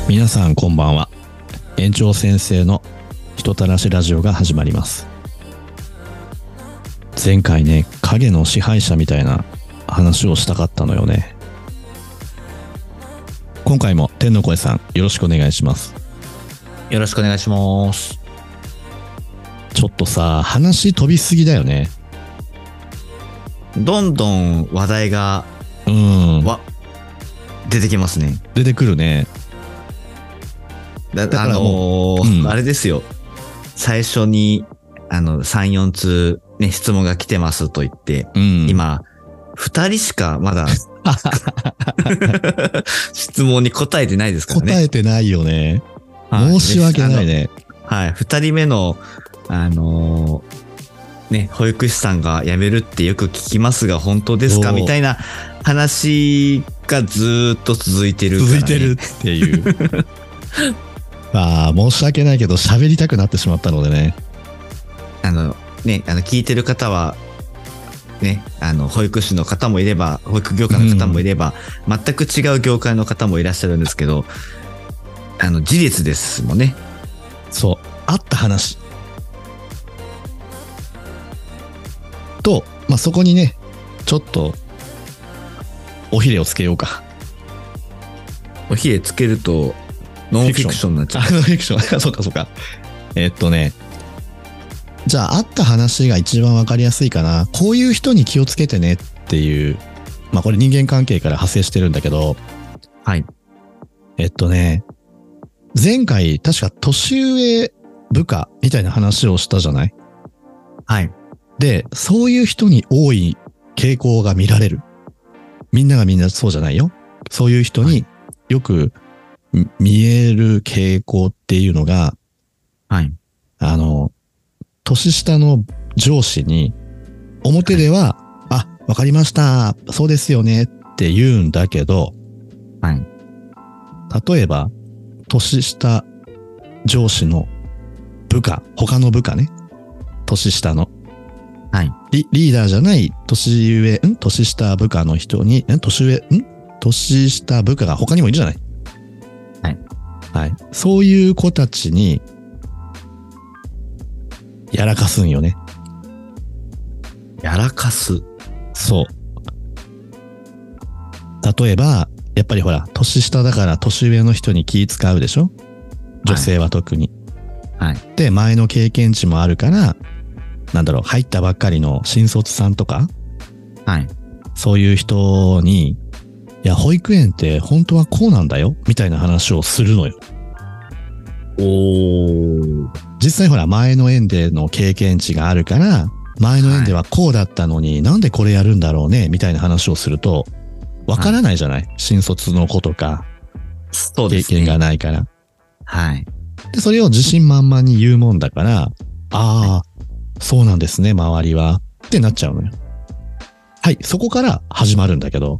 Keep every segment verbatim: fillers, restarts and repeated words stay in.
皆さんこんばんは。園長先生の人たらしラジオが始まります。前回ね、影の支配者みたいな話をしたかったのよね。今回も天の声さんよろしくお願いします。 よろしくお願いします。 ちょっとさ、話飛びすぎだよね。 どんどん話題がうんわ出てきますね。 出てくるね。 だだからあのーうん、 あれですよ。最初にあのさん、よん通ね質問が来てますと言って、 うん、 今ふたりしかまだ質問に答えてないですからね。 答えてないよね。 はい申し訳ないね。 はい、ふたりめのあのーね保育士さんが辞めるってよく聞きますが本当ですかそうみたいな話がずーっと続いてるから、ね、 続いてるっていう。ああ、申し訳ないけど喋りたくなってしまったのでね。 あのねあの聞いてる方はねあの保育士の方もいれば保育業界の方もいれば、うん、全く違う業界の方もいらっしゃるんですけど、あの事実ですもんね。 そう、あった話と、まあ、そこにねちょっとおひれをつけようか。 おひれつけるとノンフィクションになっちゃう。 ノンフィクション。そうかそうか。えっとね、じゃああった話が一番わかりやすいかな。こういう人に気をつけてねっていう、まあこれ人間関係から派生してるんだけど、 はい。 えっとね、前回確か年上部下みたいな話をしたじゃない？ はい。 で、そういう人に多い傾向が見られる。みんながみんなそうじゃないよ。そういう人によく見える傾向っていうのが、 はい。 あの、年下の上司に、表では、はい、あ、わかりました、そうですよねって言うんだけど、 はい。 例えば、年下上司の部下、他の部下ね、年下の、 はい。 リ、リーダーじゃない年上、ん年下部下の人に、ん年上、ん年下部下が他にもいるじゃない。 はい。 はい。そういう子たちに、やらかすんよね。 やらかす。 そう。例えば、やっぱりほら、年下だから年上の人に気使うでしょ？女性は特に。 はい。 で、前の経験値もあるから、なんだろう、入ったばっかりの新卒さんとか、 はい。そういう人に、いや、保育園って本当はこうなんだよ、みたいな話をするのよ。 おー。 実際ほら、前の園での経験値があるから、前の園ではこうだったのに、はい、なんでこれやるんだろうね、みたいな話をすると、わからないじゃない、はい、新卒の子とか、 そうですね、 経験がないから。 はい。 で、それを自信満々に言うもんだから、ああ、はい、そうなんですね、周りは。ってなっちゃうのよ。はい、そこから始まるんだけど。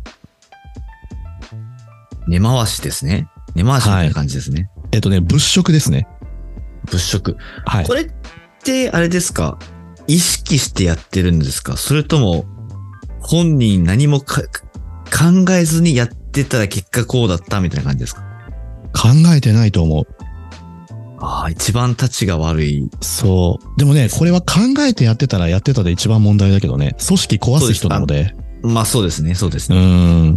根回しですね。根回しみたいな感じですね。はい、 えっとね、物色ですね。 物色。 はい。 これって、あれですか？意識してやってるんですか？それとも、本人何もか考えずにやってたら結果こうだったみたいな感じですか？ 考えてないと思う。 ああ、一番立ちが悪い。 そう。でもね、これは考えてやってたらやってたで一番問題だけどね、組織壊す人なので。 まあそうですね、そうですね。 うん。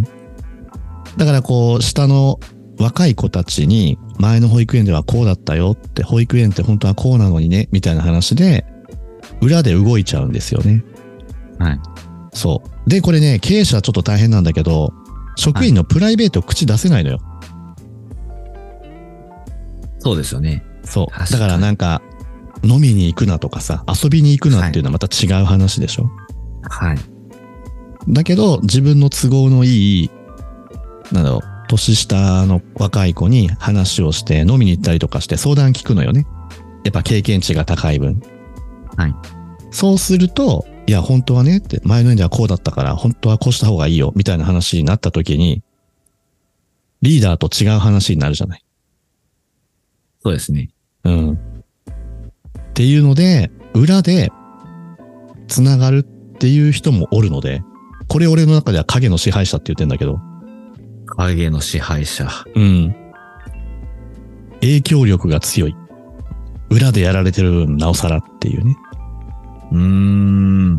だからこう、下の若い子たちに、前の保育園ではこうだったよって、保育園って本当はこうなのにね、みたいな話で、裏で動いちゃうんですよね。 はい。 そう。で、これね、経営者はちょっと大変なんだけど、職員のプライベート口出せないのよ。はい、 そうですよね。 そう。だからなんか、飲みに行くなとかさ、遊びに行くなっていうのはまた違う話でしょ。 はい。 だけど、自分の都合のいい、なんだろう、年下の若い子に話をして飲みに行ったりとかして相談聞くのよね。やっぱ経験値が高い分。 はい。 そうすると、いや、本当はねって、前の園ではこうだったから、本当はこうした方がいいよ、みたいな話になった時に、リーダーと違う話になるじゃない。 そうですね。 うん。っていうので、裏で、つながるっていう人もおるので、これ俺の中では影の支配者って言ってんだけど。 影の支配者。 うん。 影響力が強い。裏でやられてる分なおさらっていうね。 うーん。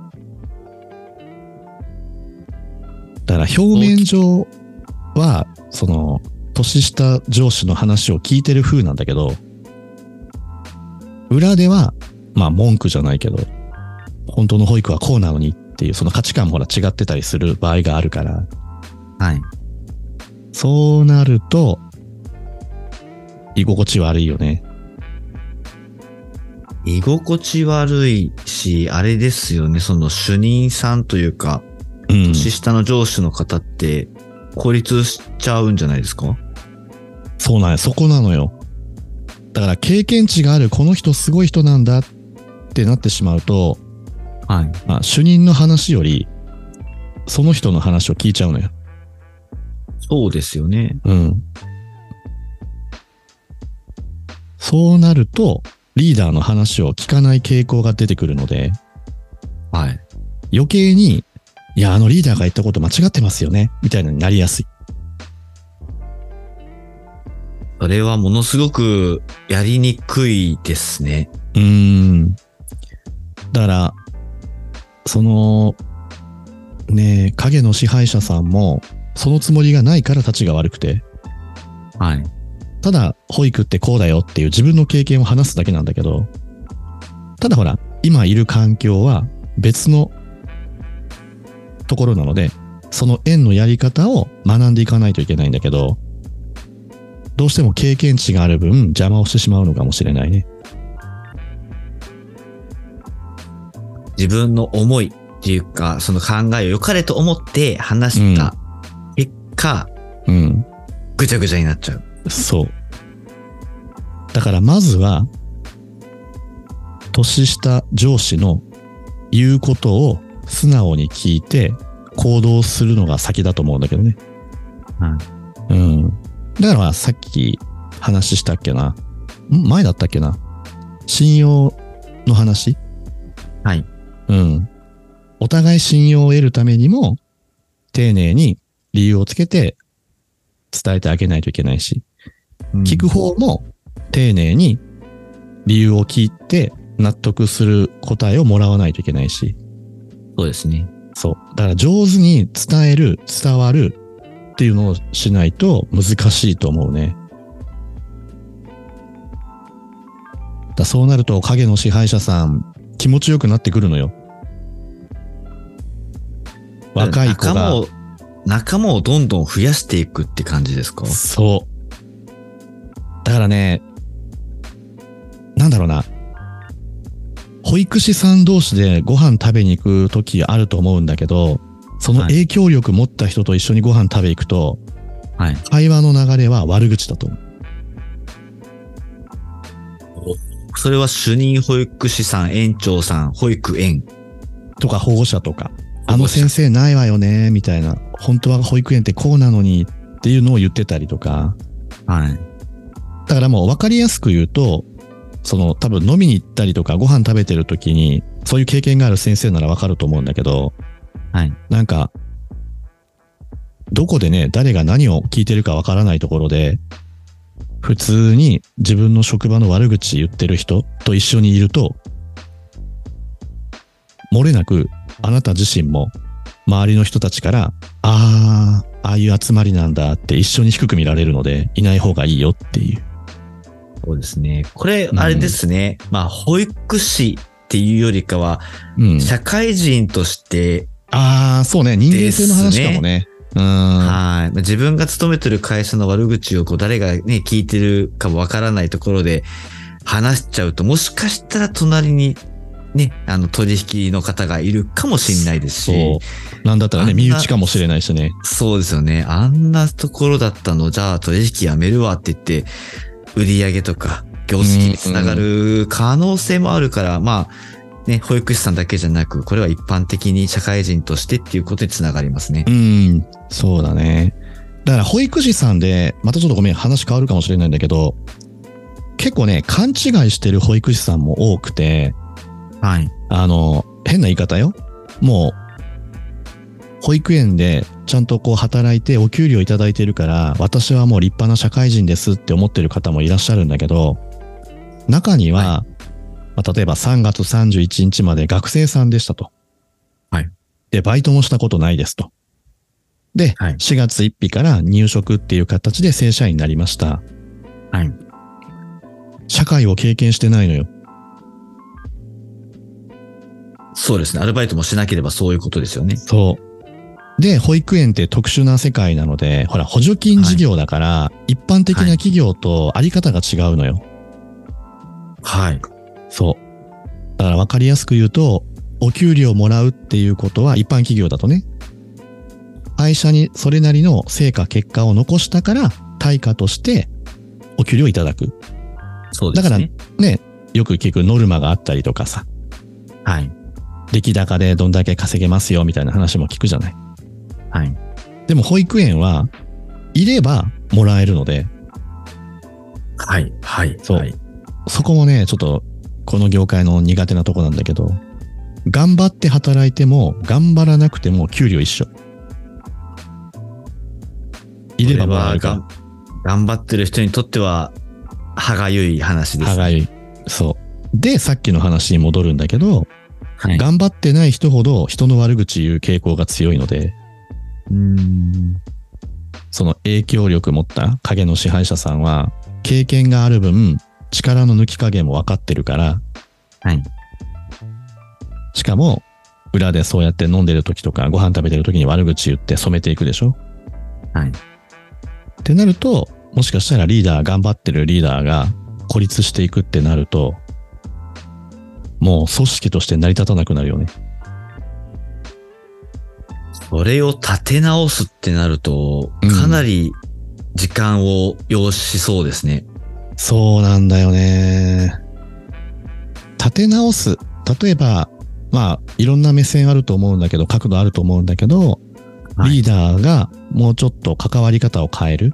だから表面上は、その、年下上司の話を聞いてる風なんだけど、裏では、まあ文句じゃないけど、本当の保育はこうなのにっていう、その価値観もほら違ってたりする場合があるから、 はい。 そうなると、居心地悪いよね。 居心地悪いし、あれですよね、その主任さんというか、 うん。 年下の上司の方って孤立しちゃうんじゃないですか？ そうなんや、そこなのよ。だから経験値があるこの人すごい人なんだってなってしまうと、 はい。 まあ、主任の話より、その人の話を聞いちゃうのよ。 そうですよね。 うん。そうなると、リーダーの話を聞かない傾向が出てくるので、 はい。 余計に、いや、あのリーダーが言ったこと間違ってますよね、みたいなになりやすい。 それはものすごくやりにくいですね。 うーん。だから、その、ねえ、影の支配者さんも、そのつもりがないから立ちが悪くて、 はい。 ただ、保育ってこうだよっていう自分の経験を話すだけなんだけど、ただほら、今いる環境は別のところなので、その園のやり方を学んでいかないといけないんだけど、どうしても経験値がある分邪魔をしてしまうのかもしれないね。 自分の思いっていうか、その考えを良かれと思って話した結果、 うん。 ぐちゃぐちゃになっちゃう。 そう。だからまずは、年下上司の言うことを素直に聞いて行動するのが先だと思うんだけどね。 はい。 うん。だからさっき話したっけな。ん前だったっけな。信用の話？ はい。 うん。お互い信用を得るためにも、丁寧に理由をつけて伝えてあげないといけないし、 うん、 聞く方も丁寧に理由を聞いて納得する答えをもらわないといけないし。 そうですね。 そう。だから上手に伝える、伝わるっていうのをしないと難しいと思うね。だそうなると影の支配者さん気持ちよくなってくるのよ。若い子が。 仲間を、仲間をどんどん増やしていくって感じですか？ そう。だからね、なんだろうな。保育士さん同士でご飯食べに行く時あると思うんだけど、その影響力持った人と一緒にご飯食べ行くと、 はい、 会話の流れは悪口だと思う。 それは主任保育士さん、園長さん、保育園とか保護者とか、あの先生ないわよねみたいな、本当は保育園ってこうなのにっていうのを言ってたりとか、 はい。 だからもう分かりやすく言うと、その多分飲みに行ったりとかご飯食べてる時にそういう経験がある先生なら分かると思うんだけど、 はい。 なんかどこでね誰が何を聞いてるか分からないところで普通に自分の職場の悪口言ってる人と一緒にいると、漏れなくあなた自身も周りの人たちからああああいう集まりなんだって一緒に低く見られるのでいない方がいいよっていう。 そうですね。これ、あれですね。うん、まあ、保育士っていうよりかは、うん、社会人として、 ああ、そうね。人間性の話かもね。うん。 はい。自分が勤めてる会社の悪口をこう誰がね、聞いてるかもわからないところで話しちゃうと、もしかしたら隣にね、あの取引の方がいるかもしれないですし。そう。 なんだったらね、身内かもしれないしね。 そうですよね。あんなところだったの、じゃあ取引やめるわって言って、売り上げとか業績につながる可能性もあるから、うんうん、まあね、保育士さんだけじゃなく、これは一般的に社会人としてっていうことにつながりますね。 うん、そうだね。だから保育士さんで、またちょっとごめん、話変わるかもしれないんだけど、結構ね、勘違いしてる保育士さんも多くて、 はい。 あの、変な言い方よ。もう、 保育園でちゃんとこう働いてお給料いただいてるから、私はもう立派な社会人ですって思ってる方もいらっしゃるんだけど、中には、はい、まあ、例えばさんがつさんじゅういちにちまで学生さんでしたと。 はい。 で、バイトもしたことないですと。で、はい、しがつついたちから入職っていう形で正社員になりました。 はい。 社会を経験してないのよ。 そうですね。アルバイトもしなければそういうことですよね。 そう。で、保育園って特殊な世界なので、ほら、補助金事業だから、はい、一般的な企業とあり方が違うのよ。 はい。 そう。だから分かりやすく言うと、お給料をもらうっていうことは一般企業だとね、会社にそれなりの成果結果を残したから対価としてお給料をいただく。 そうですね。 だからね、よく聞くノルマがあったりとかさ。 はい。 出来高でどんだけ稼げますよみたいな話も聞くじゃない。 はい。 でも保育園はいればもらえるので。 はい。はい。 そう。 はい、 そこもね、ちょっとこの業界の苦手なとこなんだけど、頑張って働いても頑張らなくても給料一緒。いればもらえるから。 頑張ってる人にとっては歯がゆい話ですね。 歯がゆい。そう。で、さっきの話に戻るんだけど、 はい、 頑張ってない人ほど人の悪口言う傾向が強いので、 うーんその影響力持った影の支配者さんは、経験がある分、力の抜き加減も分かってるから、 はい。 しかも、裏でそうやって飲んでる時とか、ご飯食べてる時に悪口言って染めていくでしょ？ はい。 ってなると、もしかしたらリーダー、頑張ってるリーダーが孤立していくってなると、もう組織として成り立たなくなるよね。 それを立て直すってなると、かなり時間を要しそうですね。 うん、そうなんだよね。立て直す。例えば、まあ、いろんな目線あると思うんだけど、角度あると思うんだけど、はい、リーダーがもうちょっと関わり方を変える。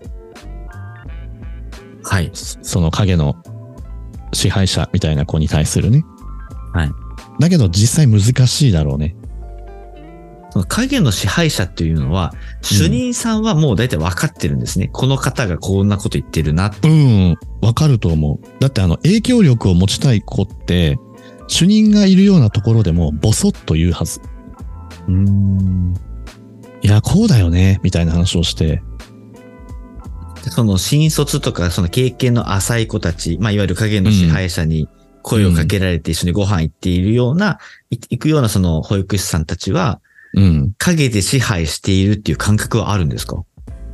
はい。 その影の支配者みたいな子に対するね。 はい。 だけど実際難しいだろうね。 その影の支配者っていうのは、主任さんはもう大体分かってるんですね。うん、この方がこんなこと言ってるなって。 うん、分かると思う。だってあの影響力を持ちたい子って、主任がいるようなところでもボソッと言うはず。 うーん。 いや、こうだよね、みたいな話をして。 その新卒とかその経験の浅い子たち、まあいわゆる影の支配者に声をかけられて一緒にご飯行っているような、うん、行くようなその保育士さんたちは、うん、影で支配しているっていう感覚はあるんですか？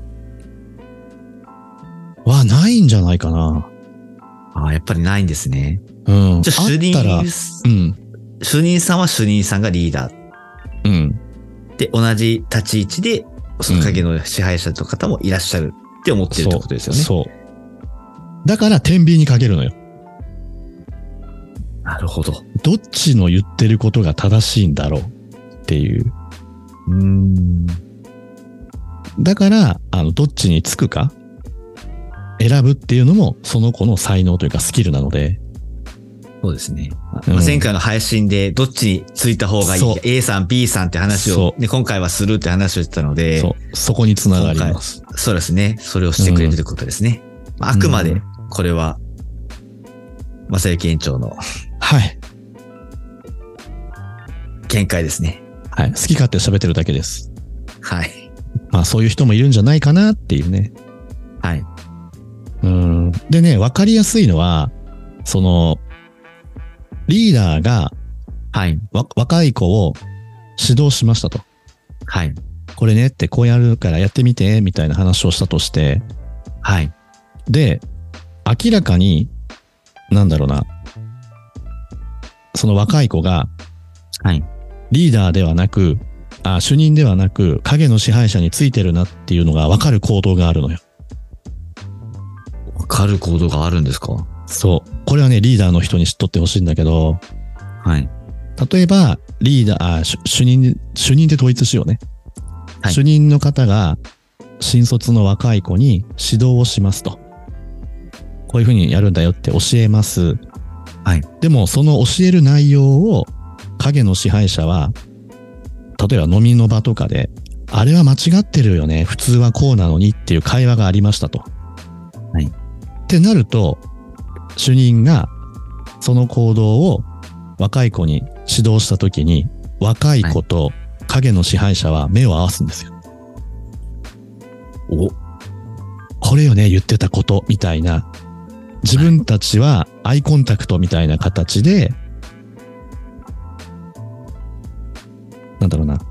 はないんじゃないかな。 ああ、やっぱりないんですね。 うん。 じゃあ主任、 うん、 主任さんは主任さんがリーダー。 うん。 で、同じ立ち位置で、その影の支配者の方もいらっしゃるって思ってるってことですよね。 そう。そうだから、天秤にかけるのよ。 なるほど。 どっちの言ってることが正しいんだろうっていう。 うーん。 だから、あの、どっちにつくか選ぶっていうのも、その子の才能というかスキルなので。 そうですね。まあ、前回の配信でどっちについた方がいいか、A さん、B さんって話を、ね、今回はするって話をしてたので、 そう、そこにつながります。 そうですね。それをしてくれるということですね。うん、あくまで、これは、正幸園長の、 はい。 見解ですね。 はい。好き勝手喋ってるだけです。 はい。 まあ、そういう人もいるんじゃないかなっていうね。 はい。 うん。でね、わかりやすいのは、その、リーダーが、 はい。 わ、若い子を指導しましたと。 はい。 これねってこうやるからやってみて、みたいな話をしたとして。 はい。 で、明らかに、なんだろうな。その若い子が、 はい。 リーダーではなく、あ、主任ではなく、影の支配者についてるなっていうのがわかる行動があるのよ。 わかる行動があるんですか？ そう。これはね、リーダーの人に知っとってほしいんだけど、 はい。 例えば、リーダー、あ、主任、主任で統一しようね。はい、主任の方が、新卒の若い子に指導をしますと。こういうふうにやるんだよって教えます。 はい。 でも、その教える内容を、影の支配者は、例えば飲みの場とかであれは間違ってるよね。普通はこうなのにっていう会話がありましたと。 はい。 ってなると、主任がその行動を若い子に指導したときに、若い子と影の支配者は目を合わすんですよ。 お、 これよね、言ってたことみたいな。自分たちはアイコンタクトみたいな形で、なんだろうな。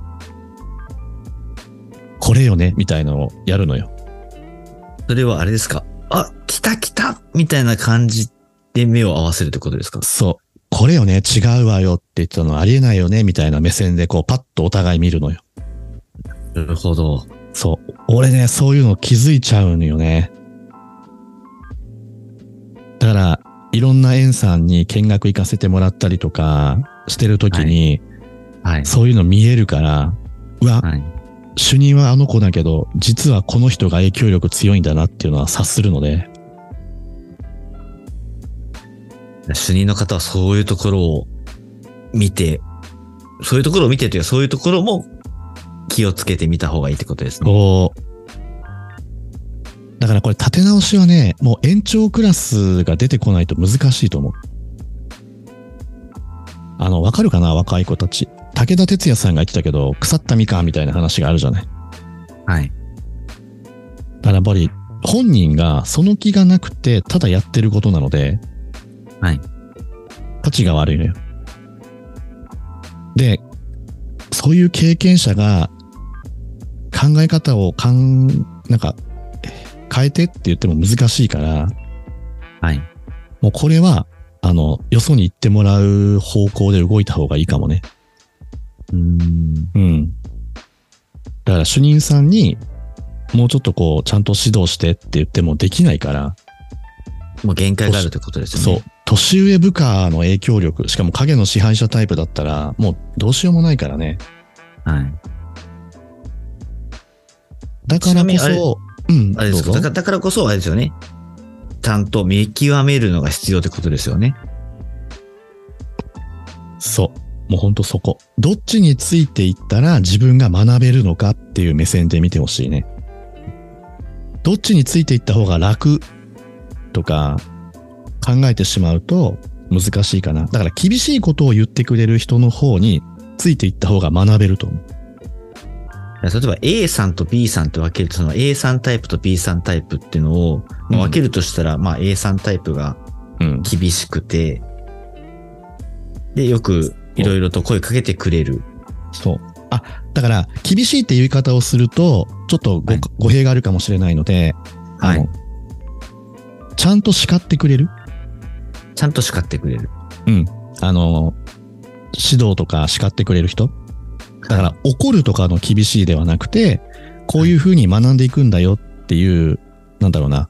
これよね、みたいなのをやるのよ。 それはあれですか？あ、来た来たみたいな感じで目を合わせるってことですか？ そう。これよね、違うわよって言ってたのありえないよね、みたいな目線でこうパッとお互い見るのよ。 なるほど。 そう。俺ね、そういうの気づいちゃうのよね。だから、いろんな園さんに見学行かせてもらったりとかしてるときに、 はい。はい、 そういうの見えるから、うわ、 はい、 主任はあの子だけど、実はこの人が影響力強いんだなっていうのは察するので。 主任の方はそういうところを見て、そういうところを見てというか、そういうところも気をつけてみた方がいいってことですね。 そう。だからこれ立て直しはね、もう延長クラスが出てこないと難しいと思う。あの、わかるかな？若い子たち。武田鉄矢さんが言ってたけど、腐ったみかんみたいな話があるじゃない。 はい。 だからやっぱり本人がその気がなくて、ただやってることなので、 はい。 価値が悪いのよ。で、そういう経験者が考え方をかん、なんか、変えてって言っても難しいから、 はい。 もうこれは、あの、よそに行ってもらう方向で動いた方がいいかもね。 うーん。 うん。だから主任さんに、もうちょっとこう、ちゃんと指導してって言ってもできないから。 もう限界があるってことですよね。 そう。年上部下の影響力、しかも影の支配者タイプだったら、もうどうしようもないからね。 はい。 だからこそ、うん。 あれですか。だから、だからこそあれですよね。ちゃんと見極めるのが必要ってことですよね。 そう。もうほんとそこ。どっちについていったら自分が学べるのかっていう目線で見てほしいね。どっちについていった方が楽とか考えてしまうと難しいかな。だから厳しいことを言ってくれる人の方についていった方が学べると思う。 例えば A さんと B さんって分けると、その A さんタイプと B さんタイプっていうのを、まあ、分けるとしたら、まあ A さんタイプが厳しくて、うん、で、よくいろいろと声かけてくれる。 そう。あ、だから厳しいっていう言い方をすると、ちょっと ご,、はい、語弊があるかもしれないので、 はい、 あのちゃんと叱ってくれる。 ちゃんと叱ってくれる。 うん。あの、指導とか叱ってくれる人。だから怒るとかの厳しいではなくて、こういうふうに学んでいくんだよっていう、なんだろうな。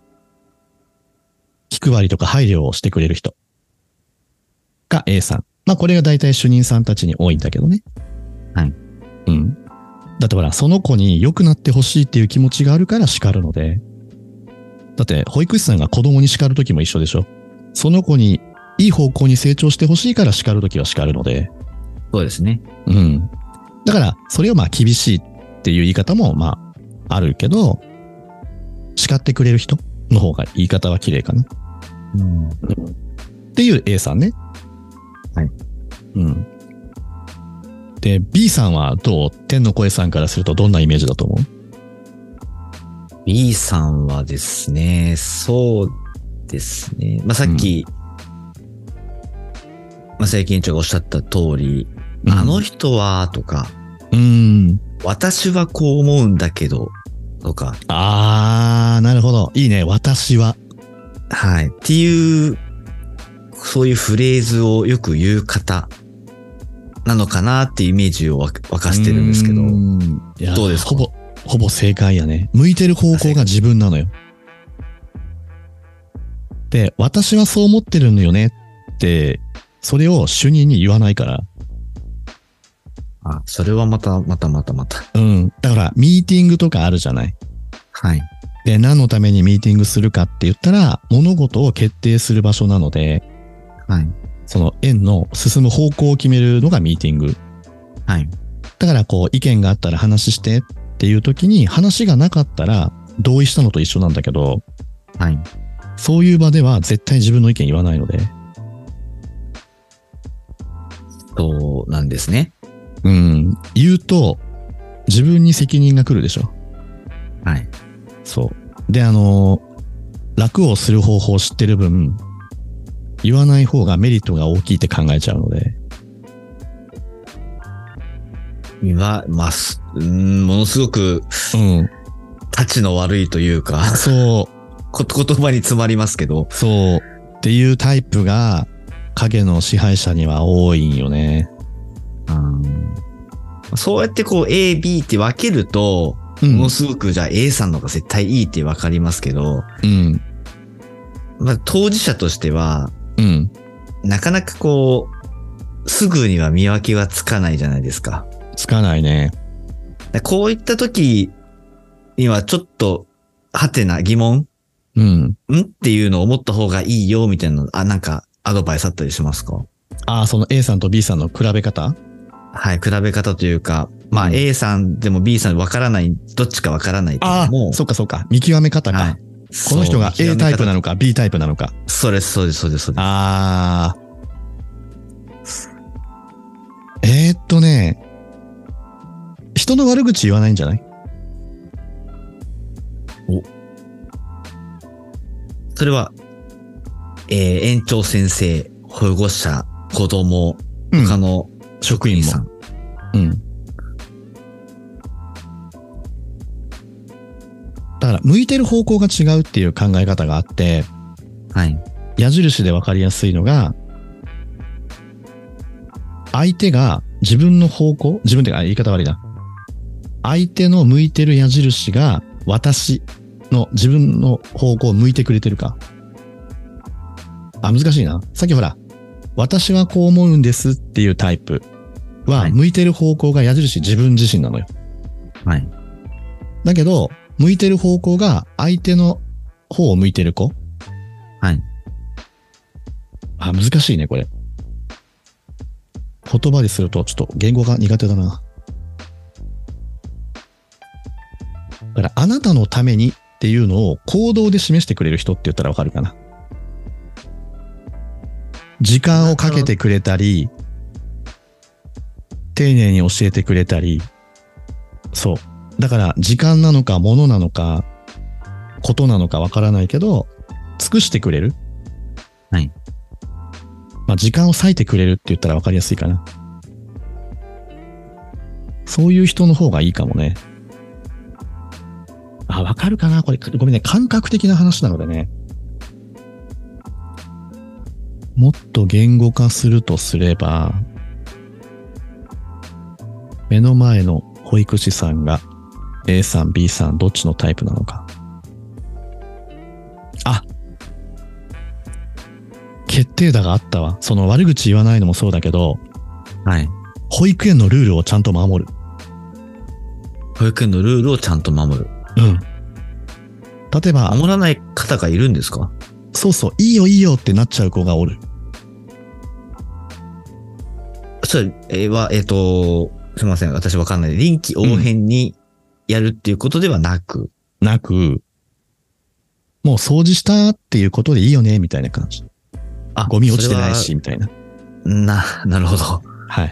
気配りとか配慮をしてくれる人が A さん。まあこれが大体主任さんたちに多いんだけどね。 はい。 うん。だってほら、その子に良くなってほしいっていう気持ちがあるから叱るので。だって保育士さんが子供に叱るときも一緒でしょ。その子にいい方向に成長してほしいから叱るときは叱るので。 そうですね。 うん。だから、それをまあ厳しいっていう言い方もまああるけど、叱ってくれる人の方が言い方は綺麗かな。 うん。 っていう A さんね。 はい。 うん。で、B さんはどう？天の声さんからするとどんなイメージだと思う？ B さんはですね、そうですね。まあ、さっき、うん、まあ、正木委員長がおっしゃった通り、うん、あの人は、とか、 うん、 私はこう思うんだけど、とか。 あー、なるほど。いいね。私は。 はい。っていう、そういうフレーズをよく言う方なのかなっていうイメージをわかしてるんですけど、 いやどうですか？ ほぼ、ほぼ正解やね。向いてる方向が自分なのよ。で、私はそう思ってるのよねって、それを主任に言わないから。 あ、それはまた、またまたまた。 うん。だから、ミーティングとかあるじゃない。 はい。 で、何のためにミーティングするかって言ったら、物事を決定する場所なので、 はい。 その園の進む方向を決めるのがミーティング。 はい。 だからこう意見があったら話してっていう時に話がなかったら同意したのと一緒なんだけど、 はい。 そういう場では絶対自分の意見言わないので。 そうなんですね。 うん。言うと自分に責任が来るでしょ。 はい。 そう。で、あの、楽をする方法を知ってる分、言わない方がメリットが大きいって考えちゃうので。 今、まあ、すうん、ものすごく、 うん。 立ちの悪いというか、 そう。 こ言葉に詰まりますけど。 そう。っていうタイプが、影の支配者には多いんよね。 うん、そうやってこう A、B って分けると、 うん、 ものすごくじゃあ A さんの方が絶対いいって分かりますけど、 うん。 まあ当事者としては、 うん。 なかなかこう、すぐには見分けがつかないじゃないですか。 つかないね。 こういった時にはちょっと、はてな疑問、 うん。 んっていうのを思った方がいいよみたいなの、あ、なんかアドバイスあったりしますか？ ああ、その A さんと B さんの比べ方？ はい、比べ方というか、まあ、うん、A さんでも B さんわからない、どっちかわからないけども。 ああ、そっかそっか。見極め方か。はい、この人が A タイプなのか B タイプなのか。 そうです、そうです、そうです、そうです。 ああ。えー、っとね、人の悪口言わないんじゃない？ お。それは、えー、園長先生、保護者、子供、他の職員さん。 うん。だから、向いてる方向が違うっていう考え方があって、 はい。 矢印で分かりやすいのが、相手が自分の方向、自分って言い方悪いな。相手の向いてる矢印が私の自分の方向を向いてくれてるか。あ、難しいな。さっきほら、私はこう思うんですっていうタイプは、向いてる方向が矢印自分自身なのよ。 はい。 だけど、向いてる方向が相手の方を向いてる子。 はい。 あ、難しいね、これ。言葉にするとちょっと言語が苦手だな。だから、あなたのためにっていうのを行動で示してくれる人って言ったらわかるかな。時間をかけてくれたり、丁寧に教えてくれたり、そう。だから、時間なのか、物なのか、ことなのかわからないけど、尽くしてくれる。 はい。 まあ、時間を割いてくれるって言ったらわかりやすいかな。そういう人の方がいいかもね。あ、わかるかなこれ、ごめんね。感覚的な話なのでね。もっと言語化するとすれば、目の前の保育士さんが A さん、B さん、どっちのタイプなのか。あ、決定打があったわ。その悪口言わないのもそうだけど、 はい。 保育園のルールをちゃんと守る。 保育園のルールをちゃんと守る。 うん。例えば、 守らない方がいるんですか？ そうそう、いいよいいよってなっちゃう子がおる。 それ、えー、は、えっと、すみません。私わかんない。臨機応変にやるっていうことではなく、 うん、なく、もう掃除したっていうことでいいよね、みたいな感じ。あ、ゴミ落ちてないし、みたいな。 な、なるほど。 はい。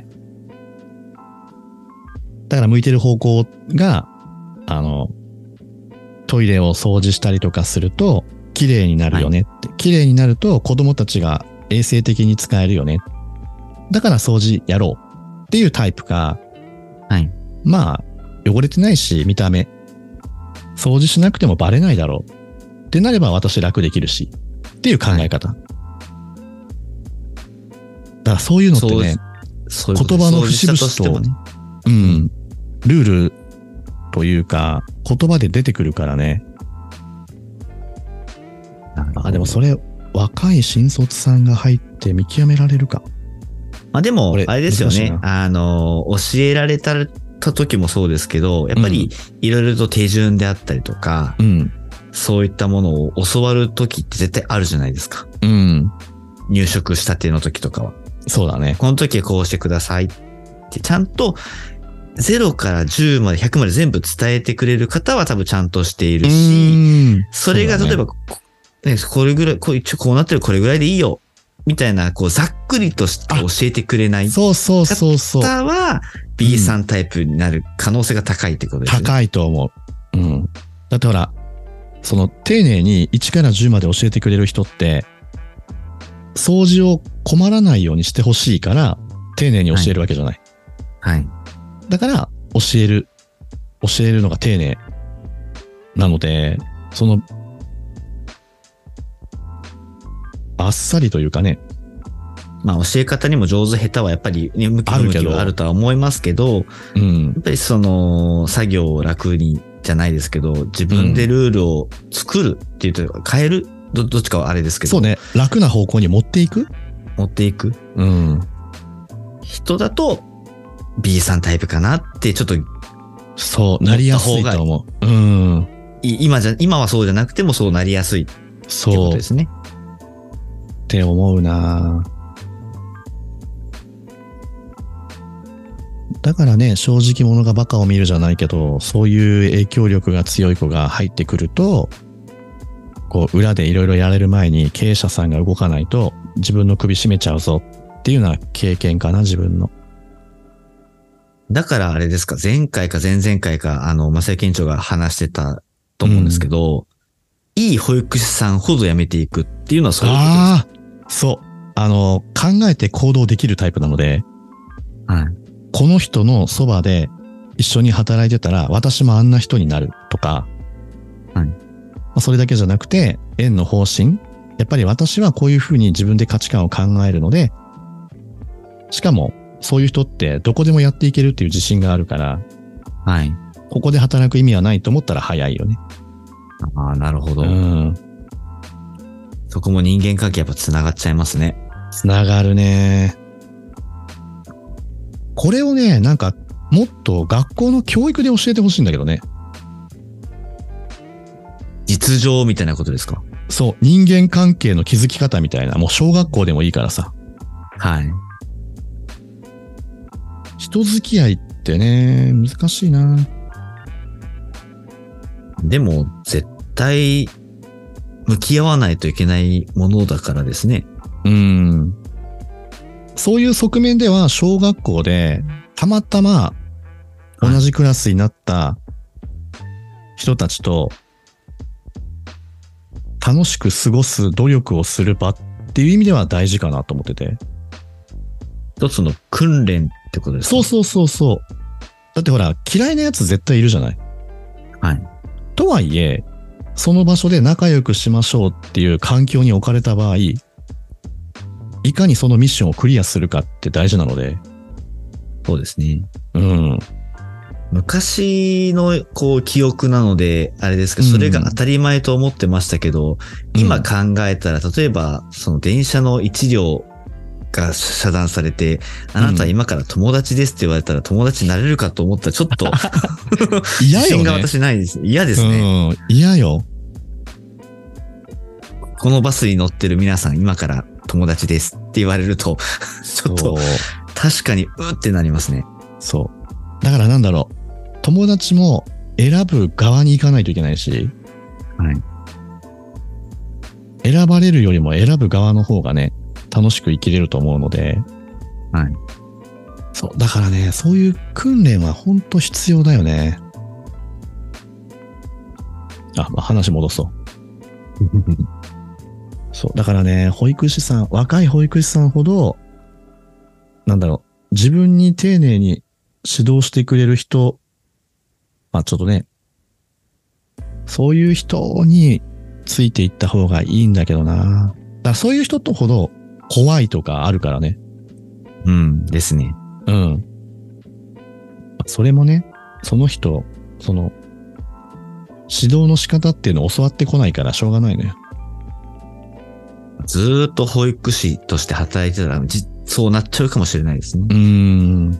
だから向いてる方向が、あの、トイレを掃除したりとかすると、綺麗になるよねって。はい、綺麗になると子供たちが衛生的に使えるよね。だから掃除やろうっていうタイプか。 はい。 まあ、汚れてないし、見た目。掃除しなくてもバレないだろう。ってなれば私楽できるし。っていう考え方。はい、だからそういうのってね、 そういう言葉の節々と、ね、うん、ルールというか、言葉で出てくるからね。あ、でもそれ、若い新卒さんが入って見極められるか。 まあでも、あれですよね。あの、教えられた時もそうですけど、やっぱりいろいろと手順であったりとか、うん、そういったものを教わる時って絶対あるじゃないですか。 うん。 入職したての時とかは。 そうだね。 この時はこうしてくださいって、ちゃんとゼロからじゅうまでひゃくまで全部伝えてくれる方は多分ちゃんとしているうし、 ーんそれが例えば、ね、これぐらい、こう一応こうなってるこれぐらいでいいよ、みたいな、こうざっくりとして教えてくれないそうそうそうそう。 方は ビーさん タイプになる可能性が高いってことですね。 高いと思う。うん。だってほら、その丁寧にいちからじゅうまで教えてくれる人って、掃除を困らないようにしてほしいから、丁寧に教えるわけじゃない。 はい。はい、 だから、教える、教えるのが丁寧なので、その、あっさりというかね。 まあ教え方にも上手下手はやっぱり、ね、向き不向きはあるとは思いますけど、 うん、 やっぱりその作業を楽にじゃないですけど、自分でルールを作るっていうと変える、ど、どっちかはあれですけど。 そうね。楽な方向に持っていく持っていく。 うん。 人だと ビーさん タイプかなってちょっと。 そう、なりやすいと思う。うん。 今じゃ、今はそうじゃなくてもそうなりやすいってことですね。 って思うな。だからね、正直者がバカを見るじゃないけど、そういう影響力が強い子が入ってくると、こう裏でいろいろやれる前に経営者さんが動かないと自分の首絞めちゃうぞっていうような経験かな、自分の。 だからあれですか、前回か前々回か、あの、正木園長が話してたと思うんですけど、うん、いい保育士さんほど辞めていくっていうのはそういうことですか？ああ、そう。あの、考えて行動できるタイプなので、 はい。 この人のそばで一緒に働いてたら私もあんな人になるとか、 はい。 それだけじゃなくて、園の方針。やっぱり私はこういうふうに自分で価値観を考えるので、しかもそういう人ってどこでもやっていけるっていう自信があるから、 はい。 ここで働く意味はないと思ったら早いよね。 ああ、なるほど。 うん。 そこも人間関係やっぱ繋がっちゃいますね。 繋がるね。これをね、なんかもっと学校の教育で教えてほしいんだけどね。 実情みたいなことですか？ そう、人間関係の築き方みたいな、もう小学校でもいいからさ。 はい。 人付き合いってね、難しいな。 でも、絶対、向き合わないといけないものだからですね。 うん。そういう側面では、小学校で、たまたま、同じクラスになった人たちと、楽しく過ごす努力をする場っていう意味では大事かなと思ってて。 一つの訓練ってことですか？ そうそうそうそう。だってほら、嫌いなやつ絶対いるじゃない。 はい。 とはいえ、その場所で仲良くしましょうっていう環境に置かれた場合、いかにそのミッションをクリアするかって大事なので。 そうですね。 うん。 昔のこう記憶なので、あれですけど、それが当たり前と思ってましたけど、うん、今考えたら、例えば、その電車の一両が遮断されて、あなたは今から友達ですって言われたら友達になれるかと思ったらちょっと嫌よね。自信が私ないです。嫌ですね。 うん、嫌よ。 このバスに乗ってる皆さん今から友達ですって言われると、ちょっと確かにうってなりますね。 そう。だからなんだろう。友達も選ぶ側に行かないといけないし、 はい。 選ばれるよりも選ぶ側の方がね、楽しく生きれると思うので、 はい。 そう。だからね、そういう訓練は本当必要だよね。あ、まあ、話戻そう。そう。だからね、保育士さん、若い保育士さんほど、なんだろう、自分に丁寧に指導してくれる人、まあちょっとね、そういう人についていった方がいいんだけどな。だからそういう人とほど怖いとかあるからね。 うんですね。 うん。それもね、その人、その、指導の仕方っていうのを教わってこないからしょうがないのよ。 ずーっと保育士として働いてたら、じそうなっちゃうかもしれないですね。 うーん。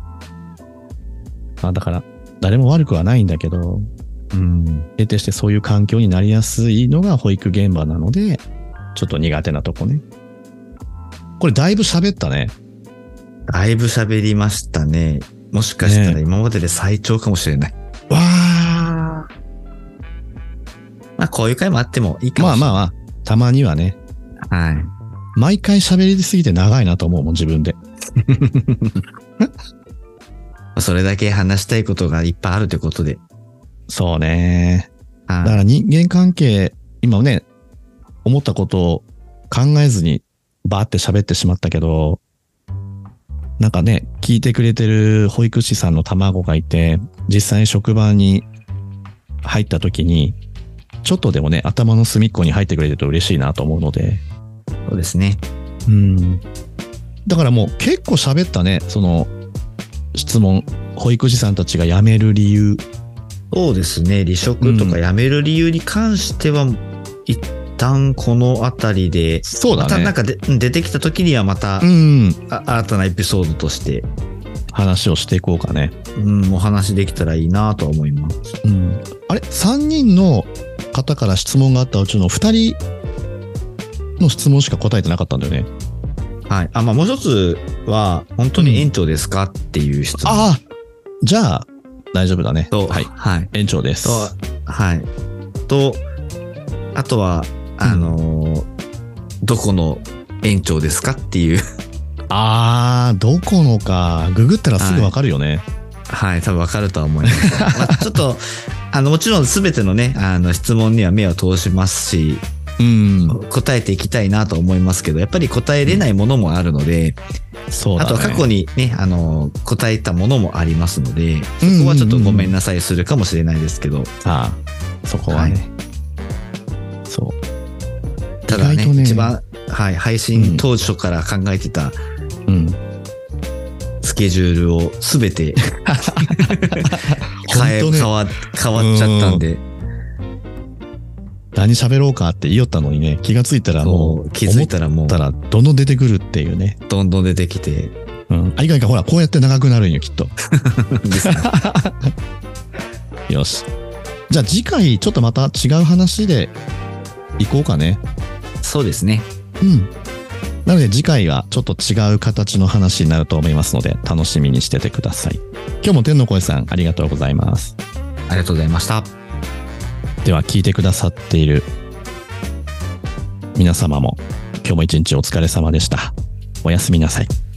まあだから、誰も悪くはないんだけど、うん。得てしてそういう環境になりやすいのが保育現場なので、ちょっと苦手なとこね。これだいぶ喋ったね。 だいぶ喋りましたね。 もしかしたら今までで最長かもしれない。 ね、わあ。 まあこういう回もあってもいいかもしれない。 まあまあまあ、たまにはね。 はい。 毎回喋りすぎて長いなと思うもん、自分で。 それだけ話したいことがいっぱいあるということで。 そうね。 はい、 だから人間関係、今ね、思ったことを考えずにバーって喋ってしまったけど、なんかね、聞いてくれてる保育士さんの卵がいて、実際に職場に入った時に、ちょっとでもね、頭の隅っこに入ってくれてると嬉しいなと思うので。 そうですね。 うん。だからもう結構喋ったね、その質問、保育士さんたちが辞める理由。 そうですね。離職とか辞める理由に関しては、うん、一旦このあたりで、 そうだね。 またなんかで出てきた時にはまた、 うん、 あ新たなエピソードとして話をしていこうかね。 うん、お話できたらいいなとは思います。 うん。あれ ?さん 人の方から質問があったうちのふたりの質問しか答えてなかったんだよね。 はい。あ、まあもう一つは、本当に園長ですか、うん、っていう質問。 ああ、じゃあ、大丈夫だね。 はい。はい。 園長です。 と、はい。と、あとは、あのーうん、どこの園長ですかっていう。 ああ、どこのか。ググったらすぐわかるよね。 はい、はい、多分わかるとは思います。まあ、ちょっと、あの、もちろんすべてのね、あの、質問には目を通しますし、うん、答えていきたいなと思いますけど、やっぱり答えれないものもあるので、うん、そうだね、あとは過去にね、あの、答えたものもありますので、そこはちょっとごめんなさいするかもしれないですけど。うんうんうん、ああ、そこはね。はい、そう。 ただね、ね一番、はい、配信当初から考えてた、うん、スケジュールをすべて変え、ね、変わ、変わっちゃったんで。 何喋ろうかって言いよったのにね、気がついたらもう、 気づいたらもう、 たらどんどん出てくるっていうね。 どんどん出てきて。 うん。あ、いかいか、ほら、こうやって長くなるんよ、きっと。よし。じゃあ次回、ちょっとまた違う話でいこうかね。 そうですね。 うん。なので次回はちょっと違う形の話になると思いますので、楽しみにしててください。今日も天の声さん、ありがとうございます。 ありがとうございました。 では聞いてくださっている皆様も今日も一日お疲れ様でした。おやすみなさい。